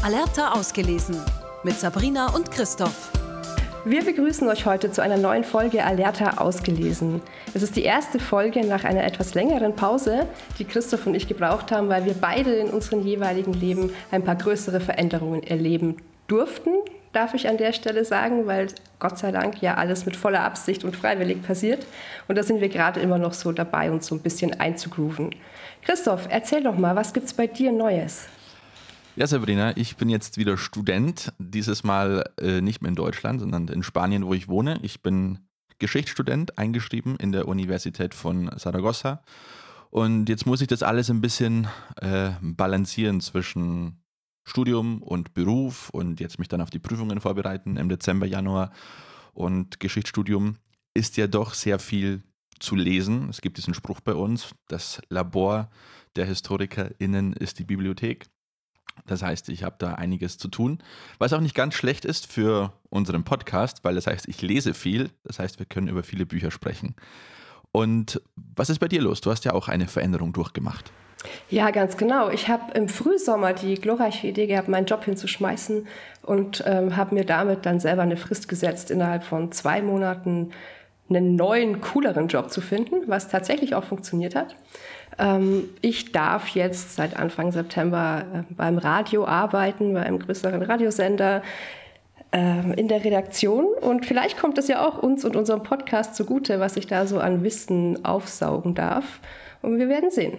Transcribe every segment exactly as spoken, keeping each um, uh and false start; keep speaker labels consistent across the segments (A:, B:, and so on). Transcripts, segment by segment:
A: Alerta ausgelesen mit Sabrina und Christoph.
B: Wir begrüßen euch heute zu einer neuen Folge Alerta ausgelesen. Es ist die erste Folge nach einer etwas längeren Pause, die Christoph und ich gebraucht haben, weil wir beide in unserem jeweiligen Leben ein paar größere Veränderungen erleben durften, darf ich an der Stelle sagen, weil Gott sei Dank ja alles mit voller Absicht und freiwillig passiert. Und da sind wir gerade immer noch so dabei, uns so ein bisschen einzugrooven. Christoph, erzähl doch mal, was gibt's bei dir Neues?
C: Ja, Sabrina, ich bin jetzt wieder Student, dieses Mal äh, nicht mehr in Deutschland, sondern in Spanien, wo ich wohne. Ich bin Geschichtsstudent, eingeschrieben in der Universität von Saragossa. Und jetzt muss ich das alles ein bisschen äh, balancieren zwischen Studium und Beruf und jetzt mich dann auf die Prüfungen vorbereiten im Dezember, Januar. Und Geschichtsstudium ist ja doch sehr viel zu lesen. Es gibt diesen Spruch bei uns, das Labor der HistorikerInnen ist die Bibliothek. Das heißt, ich habe da einiges zu tun, was auch nicht ganz schlecht ist für unseren Podcast, weil das heißt, ich lese viel. Das heißt, wir können über viele Bücher sprechen. Und was ist bei dir los? Du hast ja auch eine Veränderung durchgemacht.
B: Ja, ganz genau. Ich habe im Frühsommer die glorreiche Idee gehabt, meinen Job hinzuschmeißen und ähm, habe mir damit dann selber eine Frist gesetzt, innerhalb von zwei Monaten einen neuen, cooleren Job zu finden, was tatsächlich auch funktioniert hat. Ähm, ich darf jetzt seit Anfang September äh, beim Radio arbeiten, bei einem größeren Radiosender äh, in der Redaktion. Und vielleicht kommt es ja auch uns und unserem Podcast zugute, was ich da so an Wissen aufsaugen darf. Und wir werden sehen.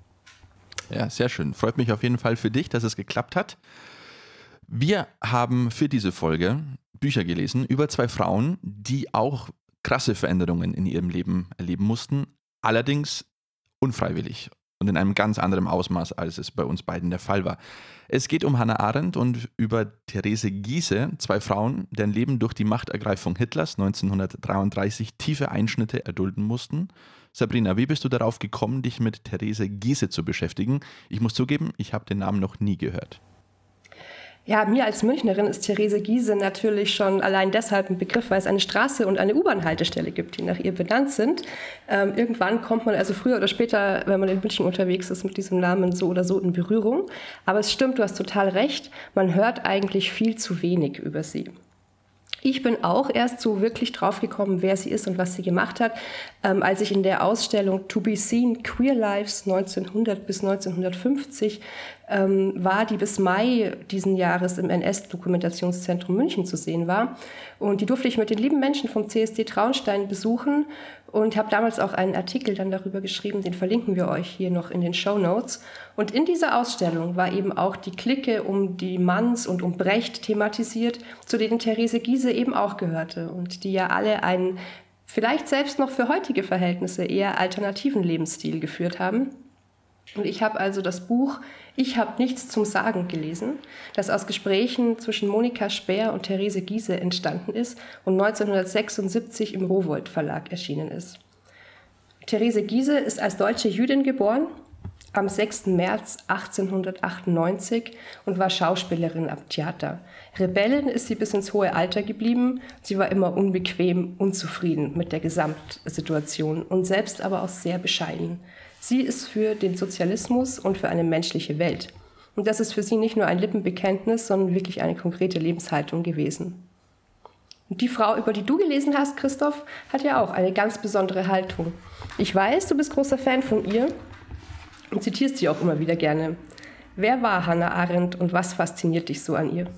C: Ja, sehr schön. Freut mich auf jeden Fall für dich, dass es geklappt hat. Wir haben für diese Folge Bücher gelesen über zwei Frauen, die auch krasse Veränderungen in ihrem Leben erleben mussten, allerdings unfreiwillig und in einem ganz anderen Ausmaß, als es bei uns beiden der Fall war. Es geht um Hannah Arendt und über Therese Giehse, zwei Frauen, deren Leben durch die Machtergreifung Hitlers neunzehnhundertdreiunddreißig tiefe Einschnitte erdulden mussten. Sabrina, wie bist du darauf gekommen, dich mit Therese Giehse zu beschäftigen? Ich muss zugeben, ich habe den Namen noch nie gehört.
B: Ja, mir als Münchnerin ist Therese Giehse natürlich schon allein deshalb ein Begriff, weil es eine Straße und eine U-Bahn-Haltestelle gibt, die nach ihr benannt sind. Ähm, irgendwann kommt man also früher oder später, wenn man in München unterwegs ist, mit diesem Namen so oder so in Berührung. Aber es stimmt, du hast total recht, man hört eigentlich viel zu wenig über sie. Ich bin auch erst so wirklich drauf gekommen, wer sie ist und was sie gemacht hat, ähm, als ich in der Ausstellung To Be Seen Queer Lives neunzehnhundert bis neunzehnhundertfünfzig ähm, war, die bis Mai diesen Jahres im N S-Dokumentationszentrum München zu sehen war. Und die durfte ich mit den lieben Menschen vom C S D Traunstein besuchen und habe damals auch einen Artikel dann darüber geschrieben, den verlinken wir euch hier noch in den Shownotes. Und in dieser Ausstellung war eben auch die Clique um die Manns und um Brecht thematisiert, zu denen Therese Giehse eben auch gehörte und die ja alle einen vielleicht selbst noch für heutige Verhältnisse eher alternativen Lebensstil geführt haben. Und ich habe also das Buch Ich habe nichts zum Sagen gelesen, das aus Gesprächen zwischen Monika Speer und Therese Giehse entstanden ist und neunzehnhundertsechsundsiebzig im Rowohlt Verlag erschienen ist. Therese Giehse ist als deutsche Jüdin geboren, am sechsten März achtzehnhundertachtundneunzig und war Schauspielerin am Theater. Rebellin ist sie bis ins hohe Alter geblieben. Sie war immer unbequem, unzufrieden mit der Gesamtsituation und selbst aber auch sehr bescheiden. Sie ist für den Sozialismus und für eine menschliche Welt. Und das ist für sie nicht nur ein Lippenbekenntnis, sondern wirklich eine konkrete Lebenshaltung gewesen. Und die Frau, über die du gelesen hast, Christoph, hat ja auch eine ganz besondere Haltung. Ich weiß, du bist großer Fan von ihr und zitierst sie auch immer wieder gerne. Wer war Hannah Arendt und was fasziniert dich so an ihr?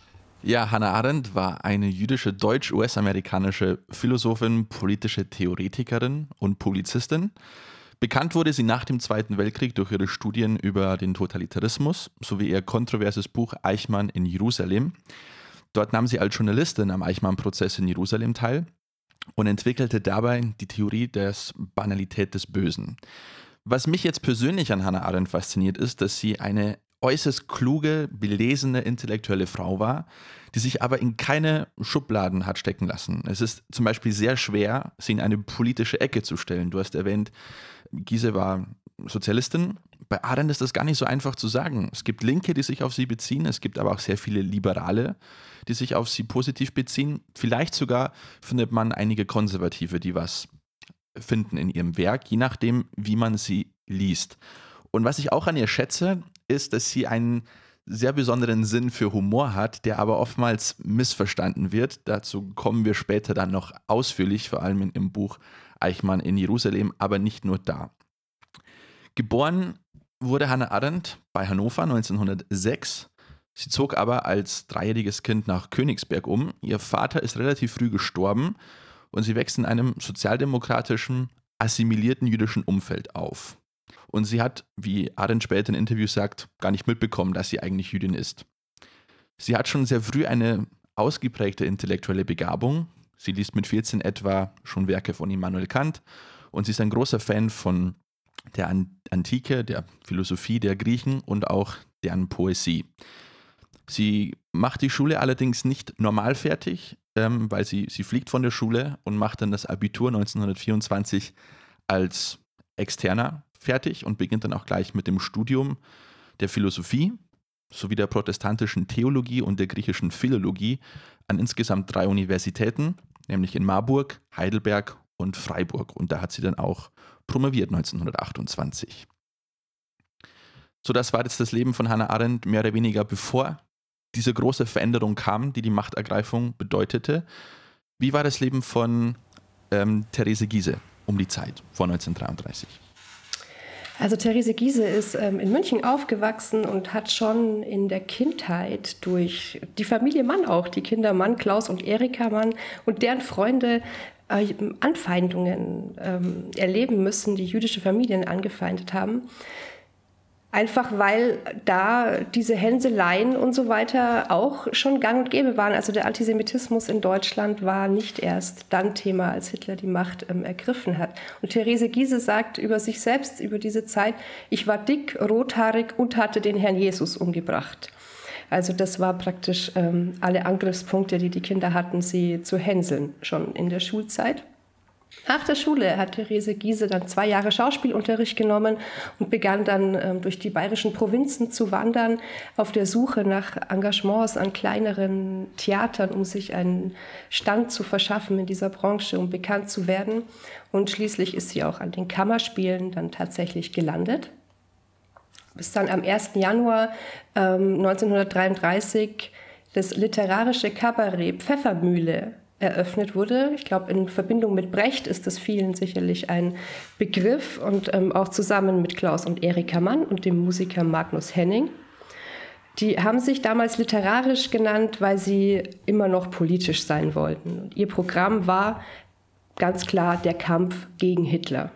C: Ja, Hannah Arendt war eine jüdische deutsch-U S-amerikanische Philosophin, politische Theoretikerin und Publizistin. Bekannt wurde sie nach dem Zweiten Weltkrieg durch ihre Studien über den Totalitarismus sowie ihr kontroverses Buch Eichmann in Jerusalem. Dort nahm sie als Journalistin am Eichmann-Prozess in Jerusalem teil und entwickelte dabei die Theorie der Banalität des Bösen. Was mich jetzt persönlich an Hannah Arendt fasziniert, ist, dass sie eine äußerst kluge, belesene, intellektuelle Frau war, die sich aber in keine Schubladen hat stecken lassen. Es ist zum Beispiel sehr schwer, sie in eine politische Ecke zu stellen. Du hast erwähnt, Giehse war Sozialistin. Bei Arendt ist das gar nicht so einfach zu sagen. Es gibt Linke, die sich auf sie beziehen, es gibt aber auch sehr viele Liberale, die sich auf sie positiv beziehen. Vielleicht sogar findet man einige Konservative, die was finden in ihrem Werk, je nachdem, wie man sie liest. Und was ich auch an ihr schätze, ist, dass sie einen sehr besonderen Sinn für Humor hat, der aber oftmals missverstanden wird. Dazu kommen wir später dann noch ausführlich, vor allem in, im Buch Eichmann in Jerusalem, aber nicht nur da. Geboren wurde Hannah Arendt bei Hannover neunzehnhundertsechs. Sie zog aber als dreijähriges Kind nach Königsberg um. Ihr Vater ist relativ früh gestorben und sie wächst in einem sozialdemokratischen, assimilierten jüdischen Umfeld auf. Und sie hat, wie Arendt später in Interviews sagt, gar nicht mitbekommen, dass sie eigentlich Jüdin ist. Sie hat schon sehr früh eine ausgeprägte intellektuelle Begabung. Sie liest mit vierzehn etwa schon Werke von Immanuel Kant und sie ist ein großer Fan von der Antike, der Philosophie der Griechen und auch deren Poesie. Sie macht die Schule allerdings nicht normal fertig, ähm, weil sie, sie fliegt von der Schule und macht dann das Abitur neunzehnhundertvierundzwanzig als Externer fertig und beginnt dann auch gleich mit dem Studium der Philosophie sowie der protestantischen Theologie und der griechischen Philologie an insgesamt drei Universitäten, nämlich in Marburg, Heidelberg und Freiburg. Und da hat sie dann auch promoviert neunzehnhundertachtundzwanzig. So, das war jetzt das Leben von Hannah Arendt mehr oder weniger, bevor diese große Veränderung kam, die die Machtergreifung bedeutete. Wie war das Leben von ähm, Therese Giehse um die Zeit vor neunzehnhundertdreiunddreißig?
B: Also Therese Giehse ist ähm, in München aufgewachsen und hat schon in der Kindheit durch die Familie Mann auch, die Kinder Mann, Klaus und Erika Mann und deren Freunde äh, Anfeindungen ähm, erleben müssen, die jüdische Familien angefeindet haben. Einfach weil da diese Hänseleien und so weiter auch schon gang und gäbe waren. Also der Antisemitismus in Deutschland war nicht erst dann Thema, als Hitler die Macht ähm, ergriffen hat. Und Therese Giehse sagt über sich selbst, über diese Zeit: Ich war dick, rothaarig und hatte den Herrn Jesus umgebracht. Also das war praktisch ähm, alle Angriffspunkte, die die Kinder hatten, sie zu hänseln, schon in der Schulzeit. Nach der Schule hat Therese Giehse dann zwei Jahre Schauspielunterricht genommen und begann dann ähm, durch die bayerischen Provinzen zu wandern, auf der Suche nach Engagements an kleineren Theatern, um sich einen Stand zu verschaffen in dieser Branche, um bekannt zu werden. Und schließlich ist sie auch an den Kammerspielen dann tatsächlich gelandet. Bis dann am ersten Januar ähm, neunzehnhundertdreiunddreißig das literarische Kabarett Pfeffermühle eröffnet wurde. Ich glaube, in Verbindung mit Brecht ist das vielen sicherlich ein Begriff und ähm, auch zusammen mit Klaus und Erika Mann und dem Musiker Magnus Henning. Die haben sich damals literarisch genannt, weil sie immer noch politisch sein wollten. Und ihr Programm war ganz klar der Kampf gegen Hitler.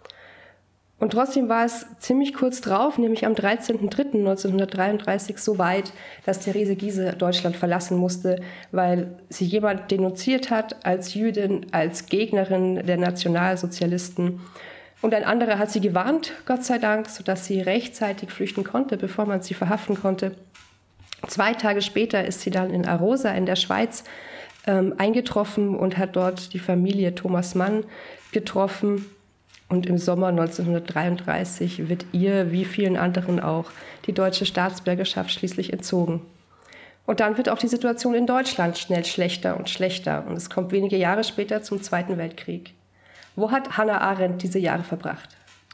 B: Und trotzdem war es ziemlich kurz drauf, nämlich am dreizehnten dritten neunzehnhundertdreiunddreißig, so weit, dass Therese Giehse Deutschland verlassen musste, weil sie jemand denunziert hat als Jüdin, als Gegnerin der Nationalsozialisten. Und ein anderer hat sie gewarnt, Gott sei Dank, sodass sie rechtzeitig flüchten konnte, bevor man sie verhaften konnte. Zwei Tage später ist sie dann in Arosa in der Schweiz ähm, eingetroffen und hat dort die Familie Thomas Mann getroffen. Und im Sommer neunzehnhundertdreiunddreißig wird ihr, wie vielen anderen auch, die deutsche Staatsbürgerschaft schließlich entzogen. Und dann wird auch die Situation in Deutschland schnell schlechter und schlechter. Und es kommt wenige Jahre später zum Zweiten Weltkrieg. Wo hat Hannah Arendt diese Jahre verbracht?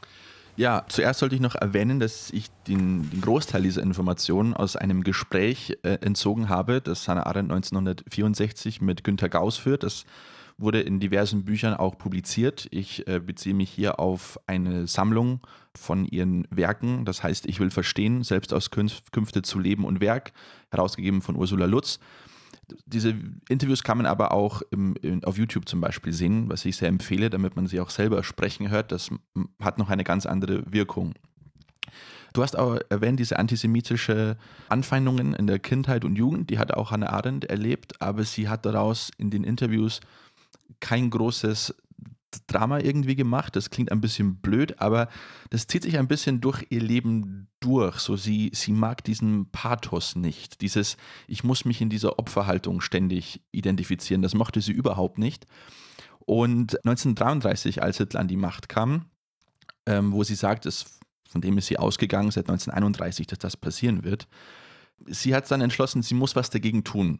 C: Ja, zuerst sollte ich noch erwähnen, dass ich den, den Großteil dieser Informationen aus einem Gespräch äh, entzogen habe, das Hannah Arendt neunzehnhundertvierundsechzig mit Günter Gauss führt. Das wurde in diversen Büchern auch publiziert. Ich äh, beziehe mich hier auf eine Sammlung von ihren Werken. Das heißt, ich will verstehen, Selbstauskünfte zu Leben und Werk, herausgegeben von Ursula Lutz. Diese Interviews kann man aber auch im, in, auf YouTube zum Beispiel sehen, was ich sehr empfehle, damit man sie auch selber sprechen hört. Das hat noch eine ganz andere Wirkung. Du hast auch erwähnt, diese antisemitische Anfeindungen in der Kindheit und Jugend, die hat auch Hannah Arendt erlebt, aber sie hat daraus in den Interviews kein großes Drama irgendwie gemacht. Das klingt ein bisschen blöd, aber das zieht sich ein bisschen durch ihr Leben durch. So, sie, sie mag diesen Pathos nicht. Dieses, ich muss mich in dieser Opferhaltung ständig identifizieren. Das mochte sie überhaupt nicht. Und neunzehnhundertdreiunddreißig, als Hitler an die Macht kam, ähm, wo sie sagt, es, von dem ist sie ausgegangen seit neunzehnhunderteinunddreißig, dass das passieren wird. Sie hat dann entschlossen, sie muss was dagegen tun.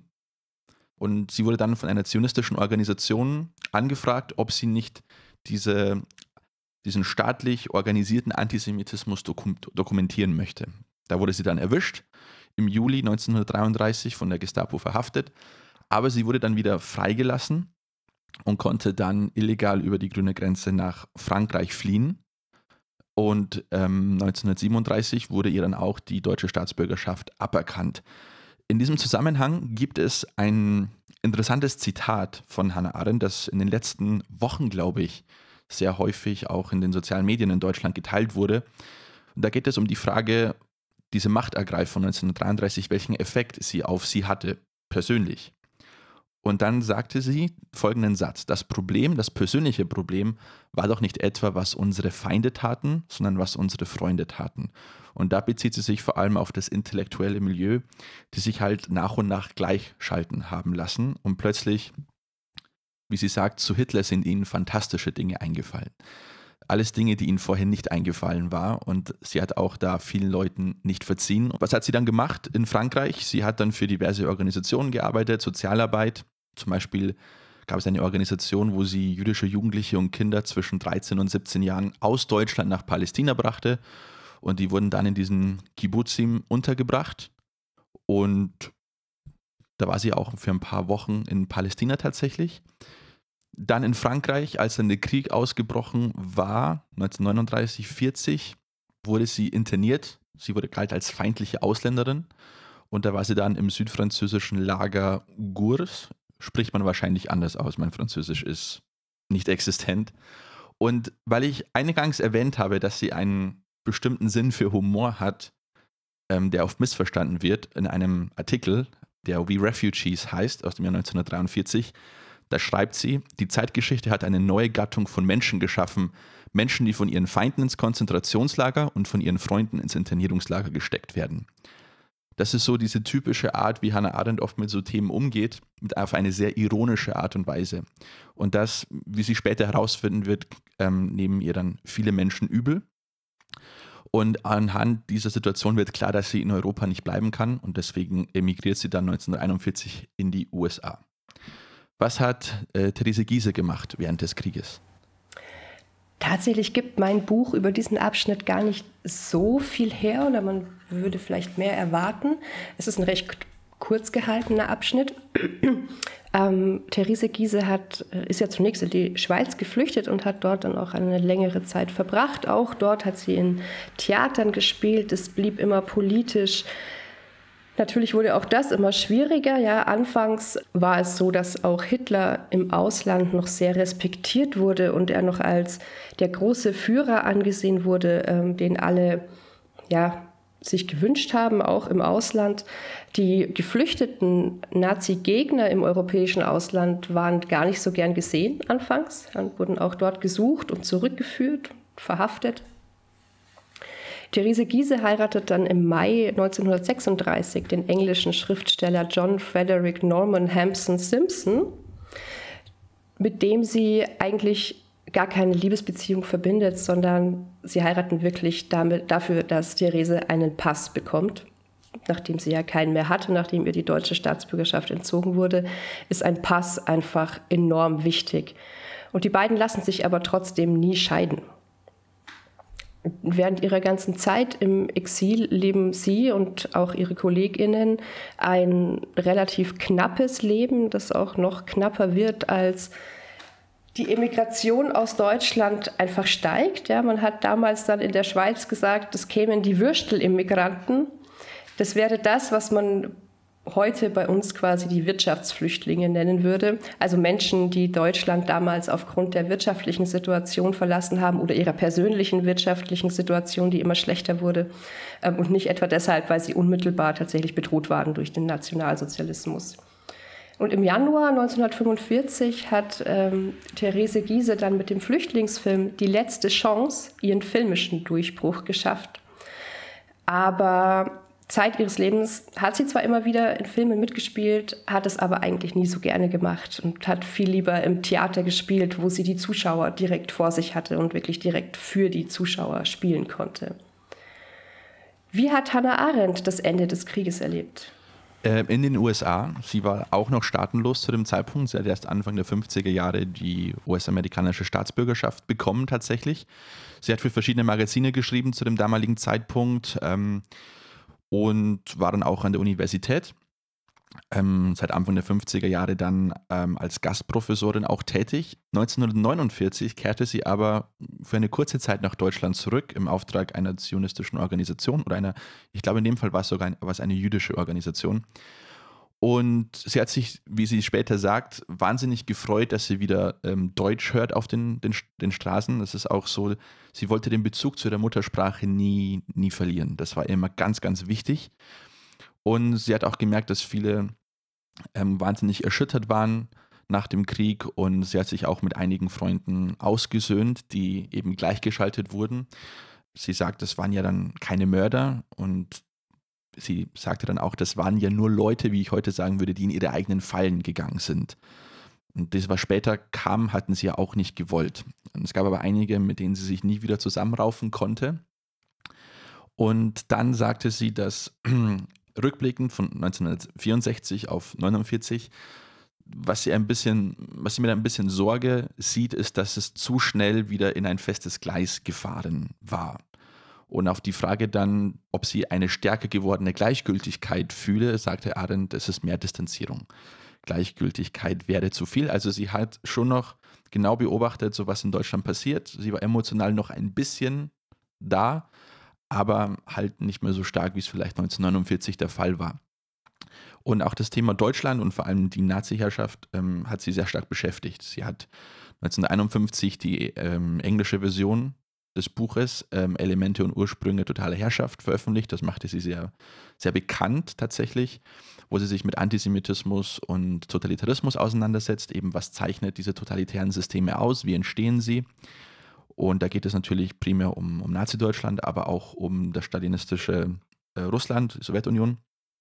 C: Und sie wurde dann von einer zionistischen Organisation angefragt, ob sie nicht diese, diesen staatlich organisierten Antisemitismus dokum- dokumentieren möchte. Da wurde sie dann erwischt im Juli neunzehnhundertdreiunddreißig von der Gestapo verhaftet, aber sie wurde dann wieder freigelassen und konnte dann illegal über die grüne Grenze nach Frankreich fliehen. Und ähm, neunzehnhundertsiebenunddreißig wurde ihr dann auch die deutsche Staatsbürgerschaft aberkannt. In diesem Zusammenhang gibt es ein interessantes Zitat von Hannah Arendt, das in den letzten Wochen, glaube ich, sehr häufig auch in den sozialen Medien in Deutschland geteilt wurde. Und da geht es um die Frage, diese Machtergreifung neunzehnhundertdreiunddreißig, welchen Effekt sie auf sie hatte, persönlich. Und dann sagte sie folgenden Satz: Das Problem, das persönliche Problem war doch nicht etwa, was unsere Feinde taten, sondern was unsere Freunde taten. Und da bezieht sie sich vor allem auf das intellektuelle Milieu, die sich halt nach und nach gleichschalten haben lassen. Und plötzlich, wie sie sagt, zu Hitler sind ihnen fantastische Dinge eingefallen. Alles Dinge, die ihnen vorher nicht eingefallen war. Und sie hat auch da vielen Leuten nicht verziehen. Was hat sie dann gemacht in Frankreich? Sie hat dann für diverse Organisationen gearbeitet, Sozialarbeit. Zum Beispiel gab es eine Organisation, wo sie jüdische Jugendliche und Kinder zwischen dreizehn und siebzehn Jahren aus Deutschland nach Palästina brachte. Und die wurden dann in diesen Kibbutzim untergebracht. Und da war sie auch für ein paar Wochen in Palästina tatsächlich. Dann in Frankreich, als dann der Krieg ausgebrochen war, neunzehnhundertneununddreißig, vierzig, wurde sie interniert. Sie wurde galt als feindliche Ausländerin. Und da war sie dann im südfranzösischen Lager Gurs. Spricht man wahrscheinlich anders aus. Mein Französisch ist nicht existent. Und weil ich eingangs erwähnt habe, dass sie einen bestimmten Sinn für Humor hat, ähm, der oft missverstanden wird, in einem Artikel, der We Refugees heißt, aus dem Jahr neunzehnhundertdreiundvierzig, da schreibt sie, die Zeitgeschichte hat eine neue Gattung von Menschen geschaffen. Menschen, die von ihren Feinden ins Konzentrationslager und von ihren Freunden ins Internierungslager gesteckt werden. Das ist so diese typische Art, wie Hannah Arendt oft mit so Themen umgeht, mit auf eine sehr ironische Art und Weise. Und das, wie sie später herausfinden wird, ähm, nehmen ihr dann viele Menschen übel. Und anhand dieser Situation wird klar, dass sie in Europa nicht bleiben kann und deswegen emigriert sie dann neunzehnhunderteinundvierzig in die U S A. Was hat äh, Therese Giehse gemacht während des Krieges?
B: Tatsächlich gibt mein Buch über diesen Abschnitt gar nicht so viel her oder man würde vielleicht mehr erwarten. Es ist ein recht kurz gehaltener Abschnitt. ähm, Therese Giehse hat, ist ja zunächst in die Schweiz geflüchtet und hat dort dann auch eine längere Zeit verbracht. Auch dort hat sie in Theatern gespielt. Es blieb immer politisch. Natürlich wurde auch das immer schwieriger. Ja, anfangs war es so, dass auch Hitler im Ausland noch sehr respektiert wurde und er noch als der große Führer angesehen wurde, ähm, den alle ja, sich gewünscht haben, auch im Ausland. Die geflüchteten Nazi-Gegner im europäischen Ausland waren gar nicht so gern gesehen anfangs. Dann wurden auch dort gesucht und zurückgeführt, verhaftet. Therese Giehse heiratet dann im Mai neunzehnhundertsechsunddreißig den englischen Schriftsteller John Frederick Norman Hampson Simpson, mit dem sie eigentlich gar keine Liebesbeziehung verbindet, sondern sie heiraten wirklich damit, dafür, dass Therese einen Pass bekommt. Nachdem sie ja keinen mehr hatte, nachdem ihr die deutsche Staatsbürgerschaft entzogen wurde, ist ein Pass einfach enorm wichtig. Und die beiden lassen sich aber trotzdem nie scheiden. Während ihrer ganzen Zeit im Exil leben sie und auch ihre KollegInnen ein relativ knappes Leben, das auch noch knapper wird, als die Emigration aus Deutschland einfach steigt. Ja, man hat damals dann in der Schweiz gesagt, es kämen die Würstel-Immigranten. Das wäre das, was man heute bei uns quasi die Wirtschaftsflüchtlinge nennen würde. Also Menschen, die Deutschland damals aufgrund der wirtschaftlichen Situation verlassen haben oder ihrer persönlichen wirtschaftlichen Situation, die immer schlechter wurde. Und nicht etwa deshalb, weil sie unmittelbar tatsächlich bedroht waren durch den Nationalsozialismus. Und im Januar neunzehnhundertfünfundvierzig hat ähm, Therese Giehse dann mit dem Flüchtlingsfilm Die letzte Chance ihren filmischen Durchbruch geschafft. Aber Zeit ihres Lebens hat sie zwar immer wieder in Filmen mitgespielt, hat es aber eigentlich nie so gerne gemacht und hat viel lieber im Theater gespielt, wo sie die Zuschauer direkt vor sich hatte und wirklich direkt für die Zuschauer spielen konnte. Wie hat Hannah Arendt das Ende des Krieges erlebt?
C: In den U S A. Sie war auch noch staatenlos zu dem Zeitpunkt. Sie hat erst Anfang der fünfziger Jahre die U S-amerikanische Staatsbürgerschaft bekommen tatsächlich. Sie hat für verschiedene Magazine geschrieben zu dem damaligen Zeitpunkt. und war dann auch an der Universität. Ähm, seit Anfang der fünfziger Jahre dann ähm, als Gastprofessorin auch tätig. neunzehnhundertneunundvierzig kehrte sie aber für eine kurze Zeit nach Deutschland zurück im Auftrag einer zionistischen Organisation oder einer, ich glaube in dem Fall war es sogar ein, war es eine jüdische Organisation. Und sie hat sich, wie sie später sagt, wahnsinnig gefreut, dass sie wieder ähm, Deutsch hört auf den, den, den Straßen. Das ist auch so, sie wollte den Bezug zu der Muttersprache nie, nie verlieren. Das war ihr immer ganz, ganz wichtig. Und sie hat auch gemerkt, dass viele ähm, wahnsinnig erschüttert waren nach dem Krieg und sie hat sich auch mit einigen Freunden ausgesöhnt, die eben gleichgeschaltet wurden. Sie sagt, das waren ja dann keine Mörder und sie sagte dann auch, das waren ja nur Leute, wie ich heute sagen würde, die in ihre eigenen Fallen gegangen sind. Und das, was später kam, hatten sie ja auch nicht gewollt. Und es gab aber einige, mit denen sie sich nie wieder zusammenraufen konnte. Und dann sagte sie, dass rückblickend von neunzehnhundertvierundsechzig auf neunundvierzig, was sie ein bisschen, was sie mit ein bisschen Sorge sieht, ist, dass es zu schnell wieder in ein festes Gleis gefahren war. Und auf die Frage dann, ob sie eine stärker gewordene Gleichgültigkeit fühle, sagte Arendt, es ist mehr Distanzierung. Gleichgültigkeit wäre zu viel. Also sie hat schon noch genau beobachtet, so was in Deutschland passiert. Sie war emotional noch ein bisschen da, aber halt nicht mehr so stark, wie es vielleicht neunzehnhundertneunundvierzig der Fall war. Und auch das Thema Deutschland und vor allem die Nazi-Herrschaft ähm, hat sie sehr stark beschäftigt. Sie hat neunzehnhunderteinundfünfzig die ähm, englische Version des Buches ähm, Elemente und Ursprünge totaler Herrschaft veröffentlicht. Das machte sie sehr, sehr bekannt tatsächlich, wo sie sich mit Antisemitismus und Totalitarismus auseinandersetzt. Eben, was zeichnet diese totalitären Systeme aus? Wie entstehen sie? Und da geht es natürlich primär um, um Nazi-Deutschland, aber auch um das stalinistische äh, Russland, die Sowjetunion.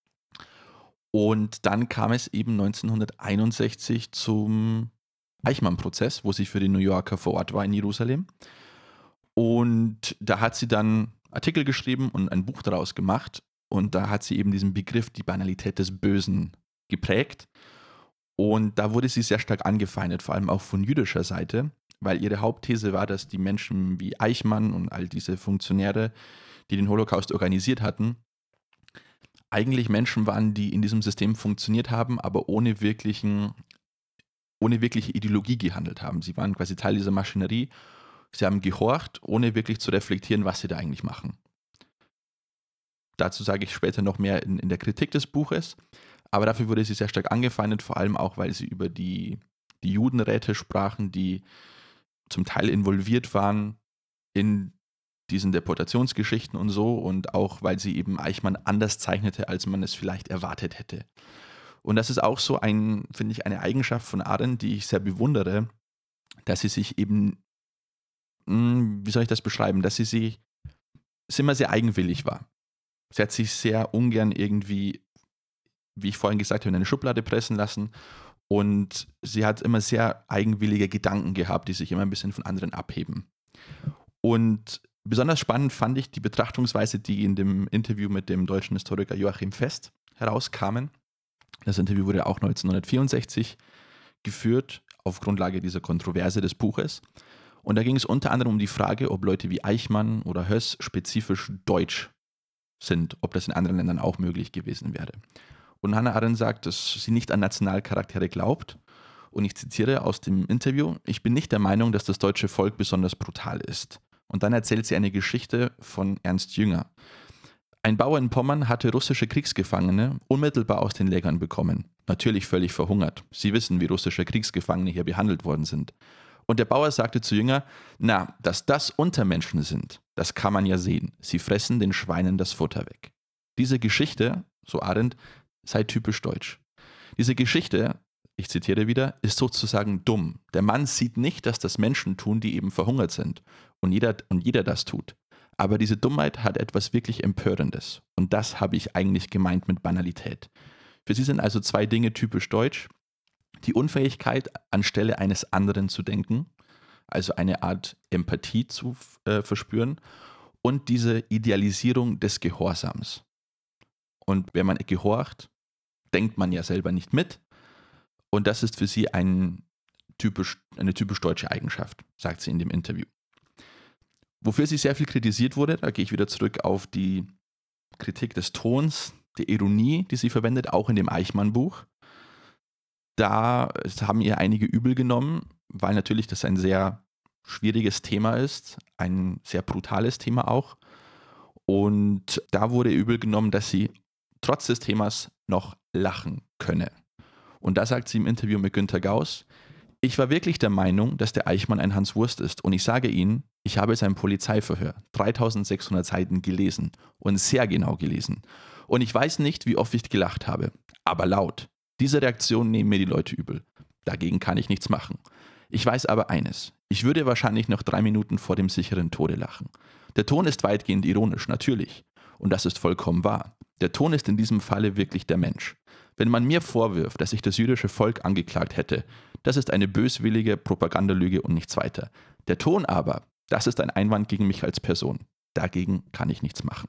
C: Und dann kam es eben neunzehnhunderteinundsechzig zum Eichmann-Prozess, wo sie für die New Yorker vor Ort war in Jerusalem. Und da hat sie dann Artikel geschrieben und ein Buch daraus gemacht. Und da hat sie eben diesen Begriff, die Banalität des Bösen, geprägt. Und da wurde sie sehr stark angefeindet, vor allem auch von jüdischer Seite, weil ihre Hauptthese war, dass die Menschen wie Eichmann und all diese Funktionäre, die den Holocaust organisiert hatten, eigentlich Menschen waren, die in diesem System funktioniert haben, aber ohne wirklichen, ohne wirkliche Ideologie gehandelt haben. Sie waren quasi Teil dieser Maschinerie. Sie haben gehorcht, ohne wirklich zu reflektieren, was sie da eigentlich machen. Dazu sage ich später noch mehr in, in der Kritik des Buches. Aber dafür wurde sie sehr stark angefeindet, vor allem auch, weil sie über die, die Judenräte sprachen, die zum Teil involviert waren in diesen Deportationsgeschichten und so und auch, weil sie eben Eichmann anders zeichnete, als man es vielleicht erwartet hätte. Und das ist auch so ein, finde ich, eine Eigenschaft von Arendt, die ich sehr bewundere, dass sie sich eben, mh, wie soll ich das beschreiben, dass sie sich sie immer sehr eigenwillig war. Sie hat sich sehr ungern irgendwie, wie ich vorhin gesagt habe, in eine Schublade pressen lassen und sie hat immer sehr eigenwillige Gedanken gehabt, die sich immer ein bisschen von anderen abheben. Und besonders spannend fand ich die Betrachtungsweise, die in dem Interview mit dem deutschen Historiker Joachim Fest herauskamen. Das Interview wurde auch neunzehnhundertvierundsechzig geführt, auf Grundlage dieser Kontroverse des Buches. Und da ging es unter anderem um die Frage, ob Leute wie Eichmann oder Höss spezifisch deutsch sind, ob das in anderen Ländern auch möglich gewesen wäre. Und Hannah Arendt sagt, dass sie nicht an Nationalcharaktere glaubt. Und ich zitiere aus dem Interview: Ich bin nicht der Meinung, dass das deutsche Volk besonders brutal ist. Und dann erzählt sie eine Geschichte von Ernst Jünger. Ein Bauer in Pommern hatte russische Kriegsgefangene unmittelbar aus den Lägern bekommen. Natürlich völlig verhungert. Sie wissen, wie russische Kriegsgefangene hier behandelt worden sind. Und der Bauer sagte zu Jünger: Na, dass das Untermenschen sind, das kann man ja sehen. Sie fressen den Schweinen das Futter weg. Diese Geschichte, so Arendt, sei typisch deutsch. Diese Geschichte, ich zitiere wieder, ist sozusagen dumm. Der Mann sieht nicht, dass das Menschen tun, die eben verhungert sind. Und jeder, und jeder das tut. Aber diese Dummheit hat etwas wirklich Empörendes. Und das habe ich eigentlich gemeint mit Banalität. Für sie sind also zwei Dinge typisch deutsch. Die Unfähigkeit, anstelle eines anderen zu denken, also eine Art Empathie zu äh, verspüren, und diese Idealisierung des Gehorsams. Und wenn man gehorcht, denkt man ja selber nicht mit. Und das ist für sie ein typisch, eine typisch deutsche Eigenschaft, sagt sie in dem Interview. Wofür sie sehr viel kritisiert wurde, da gehe ich wieder zurück auf die Kritik des Tons, der Ironie, die sie verwendet, auch in dem Eichmann-Buch. Da haben ihr einige übel genommen, weil natürlich das ein sehr schwieriges Thema ist, ein sehr brutales Thema auch. Und da wurde übel genommen, dass sie trotz des Themas noch lachen könne. Und da sagt sie im Interview mit Günter Gauss: Ich war wirklich der Meinung, dass der Eichmann ein Hans Wurst ist. Und ich sage Ihnen, ich habe sein Polizeiverhör, dreitausendsechshundert Seiten gelesen und sehr genau gelesen. Und ich weiß nicht, wie oft ich gelacht habe, aber laut. Diese Reaktion nehmen mir die Leute übel. Dagegen kann ich nichts machen. Ich weiß aber eines: Ich würde wahrscheinlich noch drei Minuten vor dem sicheren Tode lachen. Der Ton ist weitgehend ironisch, natürlich. Und das ist vollkommen wahr. Der Ton ist in diesem Falle wirklich der Mensch. Wenn man mir vorwirft, dass ich das jüdische Volk angeklagt hätte, das ist eine böswillige Propagandalüge und nichts weiter. Der Ton aber, das ist ein Einwand gegen mich als Person. Dagegen kann ich nichts machen.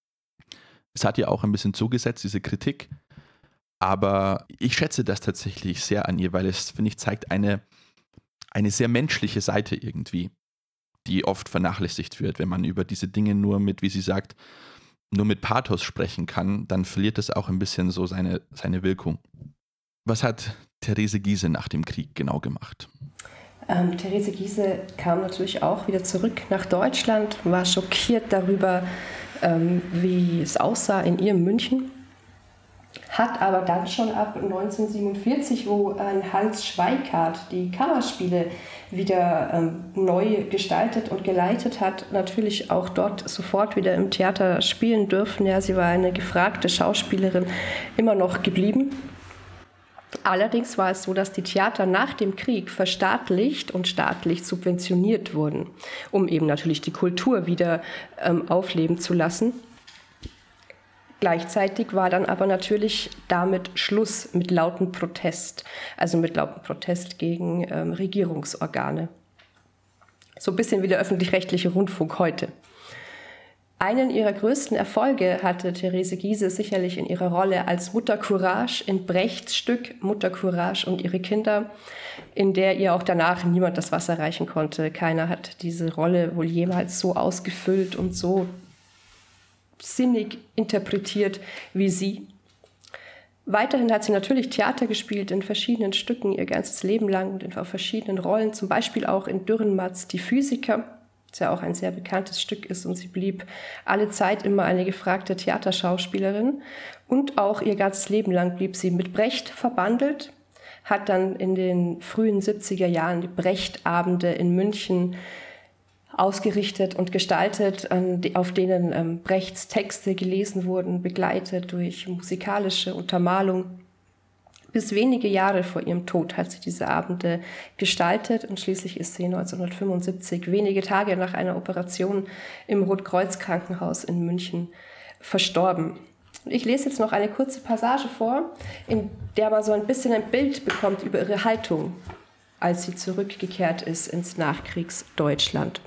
C: Es hat ja auch ein bisschen zugesetzt, diese Kritik. Aber ich schätze das tatsächlich sehr an ihr, weil es, finde ich, zeigt eine, eine sehr menschliche Seite irgendwie, die oft vernachlässigt wird. Wenn man über diese Dinge nur mit, wie sie sagt, nur mit Pathos sprechen kann, dann verliert es auch ein bisschen so seine, seine Wirkung. Was hat Therese Giehse nach dem Krieg genau gemacht?
B: Ähm, Therese Giehse kam natürlich auch wieder zurück nach Deutschland, war schockiert darüber, ähm, wie es aussah in ihrem München. Hat aber dann schon ab neunzehnhundertsiebenundvierzig, wo ein Hans Schweikart die Kammerspiele wieder ähm, neu gestaltet und geleitet hat, natürlich auch dort sofort wieder im Theater spielen dürfen. Ja, sie war eine gefragte Schauspielerin immer noch geblieben. Allerdings war es so, dass die Theater nach dem Krieg verstaatlicht und staatlich subventioniert wurden, um eben natürlich die Kultur wieder ähm, aufleben zu lassen. Gleichzeitig war dann aber natürlich damit Schluss mit lautem Protest, also mit lautem Protest gegen ähm, Regierungsorgane. So ein bisschen wie der öffentlich-rechtliche Rundfunk heute. Einen ihrer größten Erfolge hatte Therese Giehse sicherlich in ihrer Rolle als Mutter Courage in Brechts Stück Mutter Courage und ihre Kinder, in der ihr auch danach niemand das Wasser reichen konnte. Keiner hat diese Rolle wohl jemals so ausgefüllt und so sinnig interpretiert wie sie. Weiterhin hat sie natürlich Theater gespielt in verschiedenen Stücken ihr ganzes Leben lang und in verschiedenen Rollen, zum Beispiel auch in Dürrenmatts Die Physiker, das ja auch ein sehr bekanntes Stück ist, und sie blieb alle Zeit immer eine gefragte Theaterschauspielerin. Und auch ihr ganzes Leben lang blieb sie mit Brecht verbandelt, hat dann in den frühen siebziger Jahren die Brechtabende in München ausgerichtet und gestaltet, auf denen Brechts Texte gelesen wurden, begleitet durch musikalische Untermalung. Bis wenige Jahre vor ihrem Tod hat sie diese Abende gestaltet und schließlich ist sie neunzehnhundertfünfundsiebzig, wenige Tage nach einer Operation im Rotkreuz-Krankenhaus in München, verstorben. Ich lese jetzt noch eine kurze Passage vor, in der man so ein bisschen ein Bild bekommt über ihre Haltung, als sie zurückgekehrt ist ins Nachkriegsdeutschland.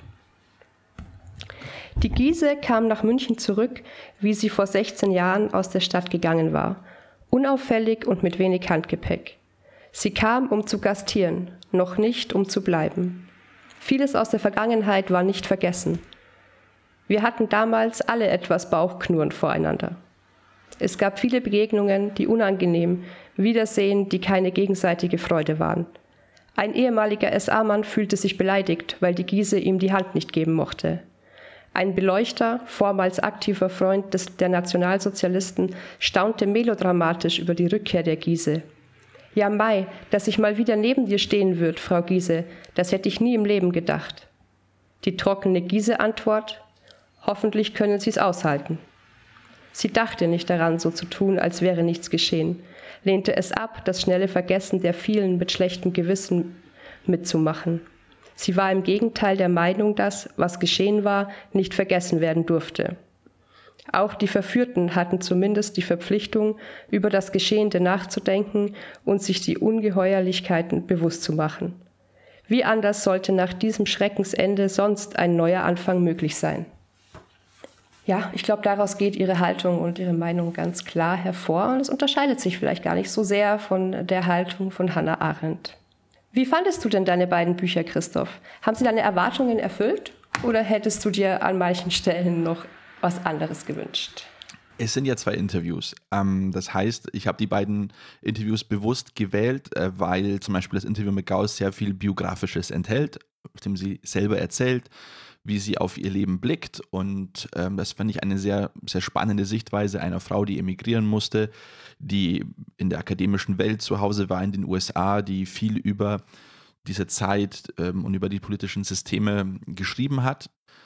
B: Die Giehse kam nach München zurück, wie sie vor sechzehn Jahren aus der Stadt gegangen war, unauffällig und mit wenig Handgepäck. Sie kam, um zu gastieren, noch nicht, um zu bleiben. Vieles aus der Vergangenheit war nicht vergessen. Wir hatten damals alle etwas Bauchknurren voreinander. Es gab viele Begegnungen, die unangenehm, Wiedersehen, die keine gegenseitige Freude waren. Ein ehemaliger S A-Mann fühlte sich beleidigt, weil die Giehse ihm die Hand nicht geben mochte. Ein Beleuchter, vormals aktiver Freund des, der Nationalsozialisten, staunte melodramatisch über die Rückkehr der Giehse. »Ja, Mai, dass ich mal wieder neben dir stehen würde, Frau Giehse, das hätte ich nie im Leben gedacht.« Die trockene Giehse-Antwort: »Hoffentlich können Sie es aushalten.« Sie dachte nicht daran, so zu tun, als wäre nichts geschehen, lehnte es ab, das schnelle Vergessen der vielen mit schlechtem Gewissen mitzumachen. Sie war im Gegenteil der Meinung, dass, was geschehen war, nicht vergessen werden durfte. Auch die Verführten hatten zumindest die Verpflichtung, über das Geschehene nachzudenken und sich die Ungeheuerlichkeiten bewusst zu machen. Wie anders sollte nach diesem Schreckensende sonst ein neuer Anfang möglich sein? Ja, ich glaube, daraus geht ihre Haltung und ihre Meinung ganz klar hervor und es unterscheidet sich vielleicht gar nicht so sehr von der Haltung von Hannah Arendt. Wie fandest du denn deine beiden Bücher, Christoph? Haben sie deine Erwartungen erfüllt oder hättest du dir an manchen Stellen noch was anderes gewünscht?
C: Es sind ja zwei Interviews. Ähm, das heißt, ich habe die beiden Interviews bewusst gewählt, äh, weil zum Beispiel das Interview mit Gauss sehr viel Biografisches enthält, auf dem sie selber erzählt, wie sie auf ihr Leben blickt. Und ähm, das fand ich eine sehr, sehr spannende Sichtweise einer Frau, die emigrieren musste, die in der akademischen Welt zu Hause war in den U S A, die viel über diese Zeit ähm, und über die politischen Systeme geschrieben hat.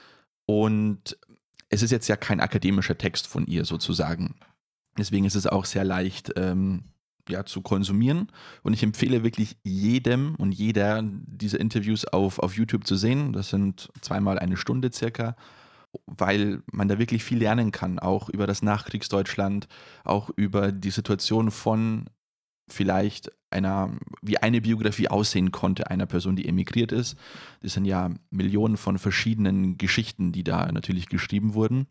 C: Und es ist jetzt ja kein akademischer Text von ihr sozusagen. Deswegen ist es auch sehr leicht ähm, ja, zu konsumieren. Und ich empfehle wirklich jedem und jeder, diese Interviews auf, auf YouTube zu sehen. Das sind zweimal eine Stunde circa, weil man da wirklich viel lernen kann, auch über das Nachkriegsdeutschland, auch über die Situation von vielleicht einer, wie eine Biografie aussehen konnte einer Person, die emigriert ist. Das sind ja Millionen von verschiedenen Geschichten, die da natürlich geschrieben wurden.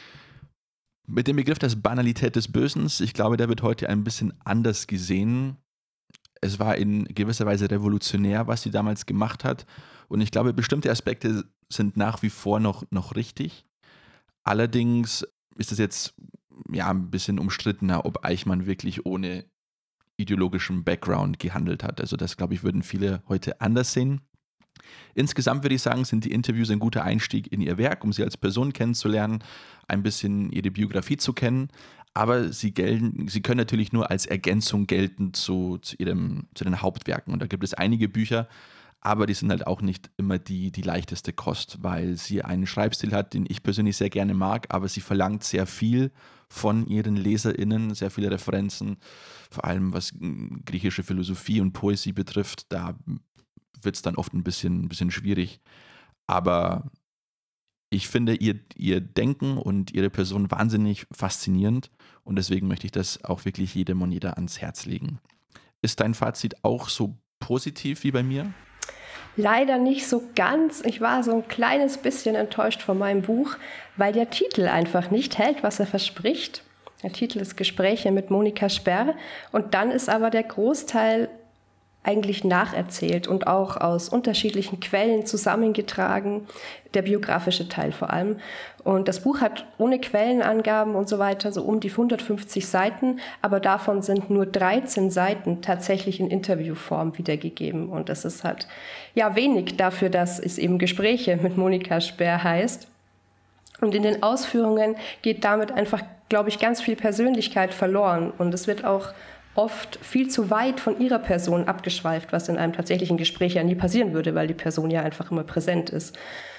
C: Mit dem Begriff der Banalität des Bösen, ich glaube, der wird heute ein bisschen anders gesehen. Es war in gewisser Weise revolutionär, was sie damals gemacht hat. Und ich glaube, bestimmte Aspekte sind nach wie vor noch, noch richtig. Allerdings ist es jetzt ja ein bisschen umstrittener, ob Eichmann wirklich ohne ideologischem Background gehandelt hat. Also das, glaube ich, würden viele heute anders sehen. Insgesamt würde ich sagen, sind die Interviews ein guter Einstieg in ihr Werk, um sie als Person kennenzulernen, ein bisschen ihre Biografie zu kennen, aber sie, gelten, sie können natürlich nur als Ergänzung gelten zu, zu, ihrem, zu den Hauptwerken. Und da gibt es einige Bücher, aber die sind halt auch nicht immer die, die leichteste Kost, weil sie einen Schreibstil hat, den ich persönlich sehr gerne mag, aber sie verlangt sehr viel von ihren LeserInnen, sehr viele Referenzen, vor allem was griechische Philosophie und Poesie betrifft, da wird es dann oft ein bisschen, ein bisschen schwierig. Aber ich finde ihr, ihr Denken und ihre Person wahnsinnig faszinierend und deswegen möchte ich das auch wirklich jedem und jeder ans Herz legen. Ist dein Fazit auch so positiv wie bei mir?
B: Leider nicht so ganz. Ich war so ein kleines bisschen enttäuscht von meinem Buch, weil der Titel einfach nicht hält, was er verspricht. Der Titel ist Gespräche mit Monika Sperr und dann ist aber der Großteil eigentlich nacherzählt und auch aus unterschiedlichen Quellen zusammengetragen, der biografische Teil vor allem. Und das Buch hat ohne Quellenangaben und so weiter so um die hundertfünfzig Seiten, aber davon sind nur dreizehn Seiten tatsächlich in Interviewform wiedergegeben. Und das ist halt ja wenig dafür, dass es eben Gespräche mit Monika Sperr heißt. Und in den Ausführungen geht damit einfach, glaube ich, ganz viel Persönlichkeit verloren. Und es wird auch oft viel zu weit von ihrer Person abgeschweift, was in einem tatsächlichen Gespräch ja nie passieren würde, weil die Person ja einfach immer präsent ist.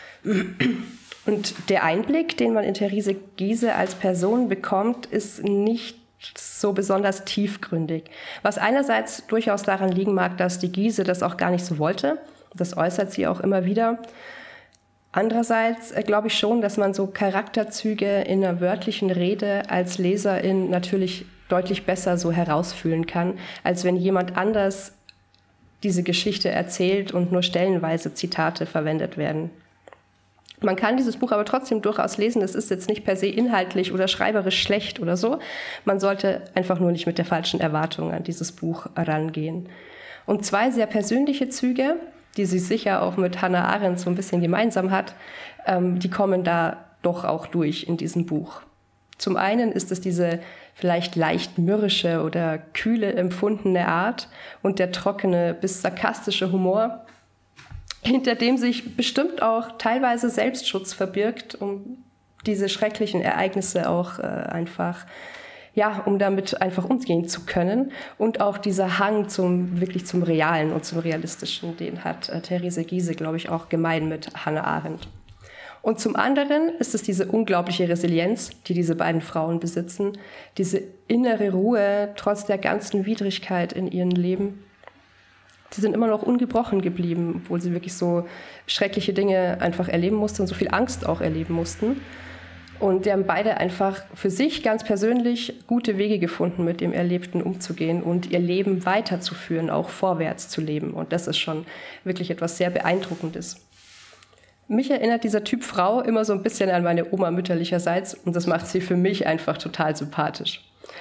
B: Und der Einblick, den man in Therese Giehse als Person bekommt, ist nicht so besonders tiefgründig. Was einerseits durchaus daran liegen mag, dass die Giehse das auch gar nicht so wollte. Das äußert sie auch immer wieder. Andererseits äh, glaube ich schon, dass man so Charakterzüge in einer wörtlichen Rede als Leserin natürlich deutlich besser so herausfühlen kann, als wenn jemand anders diese Geschichte erzählt und nur stellenweise Zitate verwendet werden. Man kann dieses Buch aber trotzdem durchaus lesen. Es ist jetzt nicht per se inhaltlich oder schreiberisch schlecht oder so. Man sollte einfach nur nicht mit der falschen Erwartung an dieses Buch rangehen. Und zwei sehr persönliche Züge, die sie sicher auch mit Hannah Arendt so ein bisschen gemeinsam hat, ähm, die kommen da doch auch durch in diesem Buch. Zum einen ist es diese vielleicht leicht mürrische oder kühle empfundene Art und der trockene bis sarkastische Humor, hinter dem sich bestimmt auch teilweise Selbstschutz verbirgt, um diese schrecklichen Ereignisse auch äh, einfach, ja, um damit einfach umgehen zu können. Und auch dieser Hang zum, wirklich zum Realen und zum Realistischen, den hat äh, Therese Giehse, glaube ich, auch gemein mit Hannah Arendt. Und zum anderen ist es diese unglaubliche Resilienz, die diese beiden Frauen besitzen, diese innere Ruhe trotz der ganzen Widrigkeit in ihrem Leben. Sie sind immer noch ungebrochen geblieben, obwohl sie wirklich so schreckliche Dinge einfach erleben mussten und so viel Angst auch erleben mussten. Und die haben beide einfach für sich ganz persönlich gute Wege gefunden, mit dem Erlebten umzugehen und ihr Leben weiterzuführen, auch vorwärts zu leben. Und das ist schon wirklich etwas sehr Beeindruckendes. Mich erinnert dieser Typ Frau immer so ein bisschen an meine Oma mütterlicherseits und das macht sie für mich einfach total sympathisch.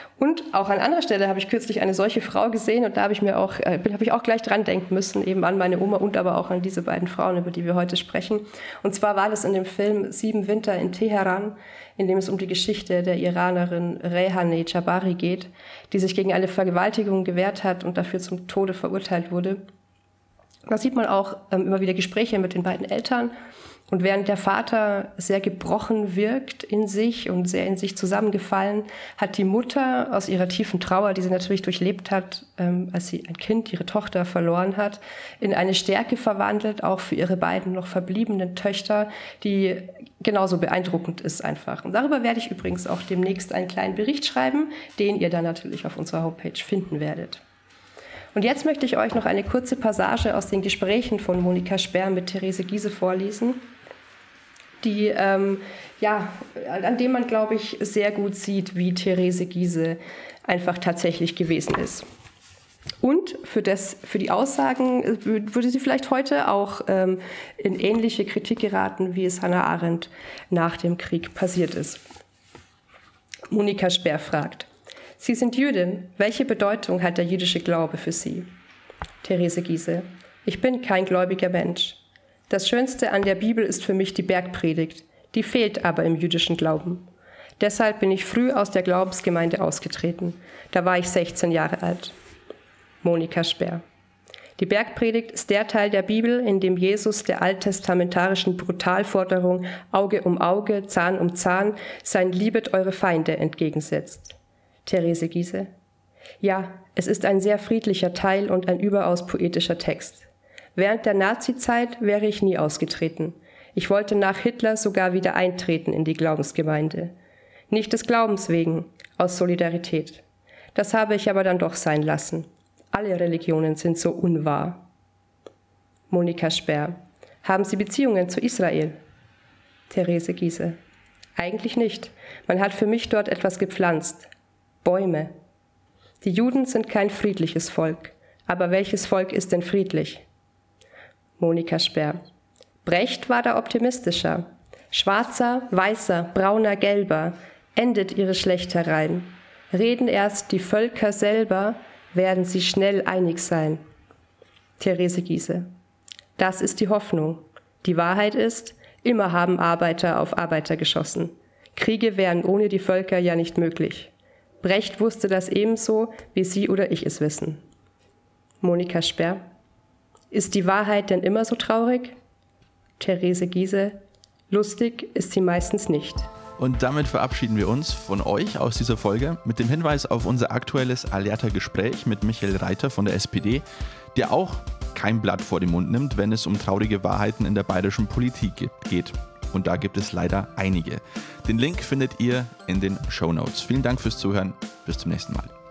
B: Und auch an anderer Stelle habe ich kürzlich eine solche Frau gesehen und da habe ich mir auch, äh, habe ich auch gleich dran denken müssen, eben an meine Oma und aber auch an diese beiden Frauen, über die wir heute sprechen. Und zwar war das in dem Film Sieben Winter in Teheran, in dem es um die Geschichte der Iranerin Rehaneh Jabari geht, die sich gegen eine Vergewaltigung gewehrt hat und dafür zum Tode verurteilt wurde. Da sieht man auch ähm, immer wieder Gespräche mit den beiden Eltern. Und während der Vater sehr gebrochen wirkt in sich und sehr in sich zusammengefallen, hat die Mutter aus ihrer tiefen Trauer, die sie natürlich durchlebt hat, ähm, als sie ein Kind, ihre Tochter verloren hat, in eine Stärke verwandelt, auch für ihre beiden noch verbliebenen Töchter, die genauso beeindruckend ist einfach. Und darüber werde ich übrigens auch demnächst einen kleinen Bericht schreiben, den ihr dann natürlich auf unserer Homepage finden werdet. Und jetzt möchte ich euch noch eine kurze Passage aus den Gesprächen von Monika Sperr mit Therese Giehse vorlesen, die, ähm, ja, an dem man, glaube ich, sehr gut sieht, wie Therese Giehse einfach tatsächlich gewesen ist. Und für, das, für die Aussagen würde sie vielleicht heute auch ähm, in ähnliche Kritik geraten, wie es Hannah Arendt nach dem Krieg passiert ist. Monika Sperr fragt: Sie sind Jüdin. Welche Bedeutung hat der jüdische Glaube für Sie? Therese Giehse: Ich bin kein gläubiger Mensch. Das Schönste an der Bibel ist für mich die Bergpredigt. Die fehlt aber im jüdischen Glauben. Deshalb bin ich früh aus der Glaubensgemeinde ausgetreten. Da war ich sechzehn Jahre alt. Monika Sperr: Die Bergpredigt ist der Teil der Bibel, in dem Jesus der alttestamentarischen Brutalforderung Auge um Auge, Zahn um Zahn sein Liebet eure Feinde entgegensetzt. Therese Giehse: Ja, es ist ein sehr friedlicher Teil und ein überaus poetischer Text. Während der Nazizeit wäre ich nie ausgetreten. Ich wollte nach Hitler sogar wieder eintreten in die Glaubensgemeinde. Nicht des Glaubens wegen, aus Solidarität. Das habe ich aber dann doch sein lassen. Alle Religionen sind so unwahr. Monika Sperr: Haben Sie Beziehungen zu Israel? Therese Giehse: Eigentlich nicht. Man hat für mich dort etwas gepflanzt. Bäume. Die Juden sind kein friedliches Volk. Aber welches Volk ist denn friedlich? Monika Sperr: Brecht war da optimistischer. Schwarzer, weißer, brauner, gelber, endet ihre Schlechtereien. Reden erst die Völker selber, werden sie schnell einig sein. Therese Giehse: Das ist die Hoffnung. Die Wahrheit ist, immer haben Arbeiter auf Arbeiter geschossen. Kriege wären ohne die Völker ja nicht möglich. Brecht wusste das ebenso, wie Sie oder ich es wissen. Monika Sperr: Ist die Wahrheit denn immer so traurig? Therese Giehse: Lustig ist sie meistens nicht.
C: Und damit verabschieden wir uns von euch aus dieser Folge mit dem Hinweis auf unser aktuelles Alerta-Gespräch mit Michael Reiter von der S P D, der auch kein Blatt vor den Mund nimmt, wenn es um traurige Wahrheiten in der bayerischen Politik geht. Und da gibt es leider einige. Den Link findet ihr in den Shownotes. Vielen Dank fürs Zuhören. Bis zum nächsten Mal.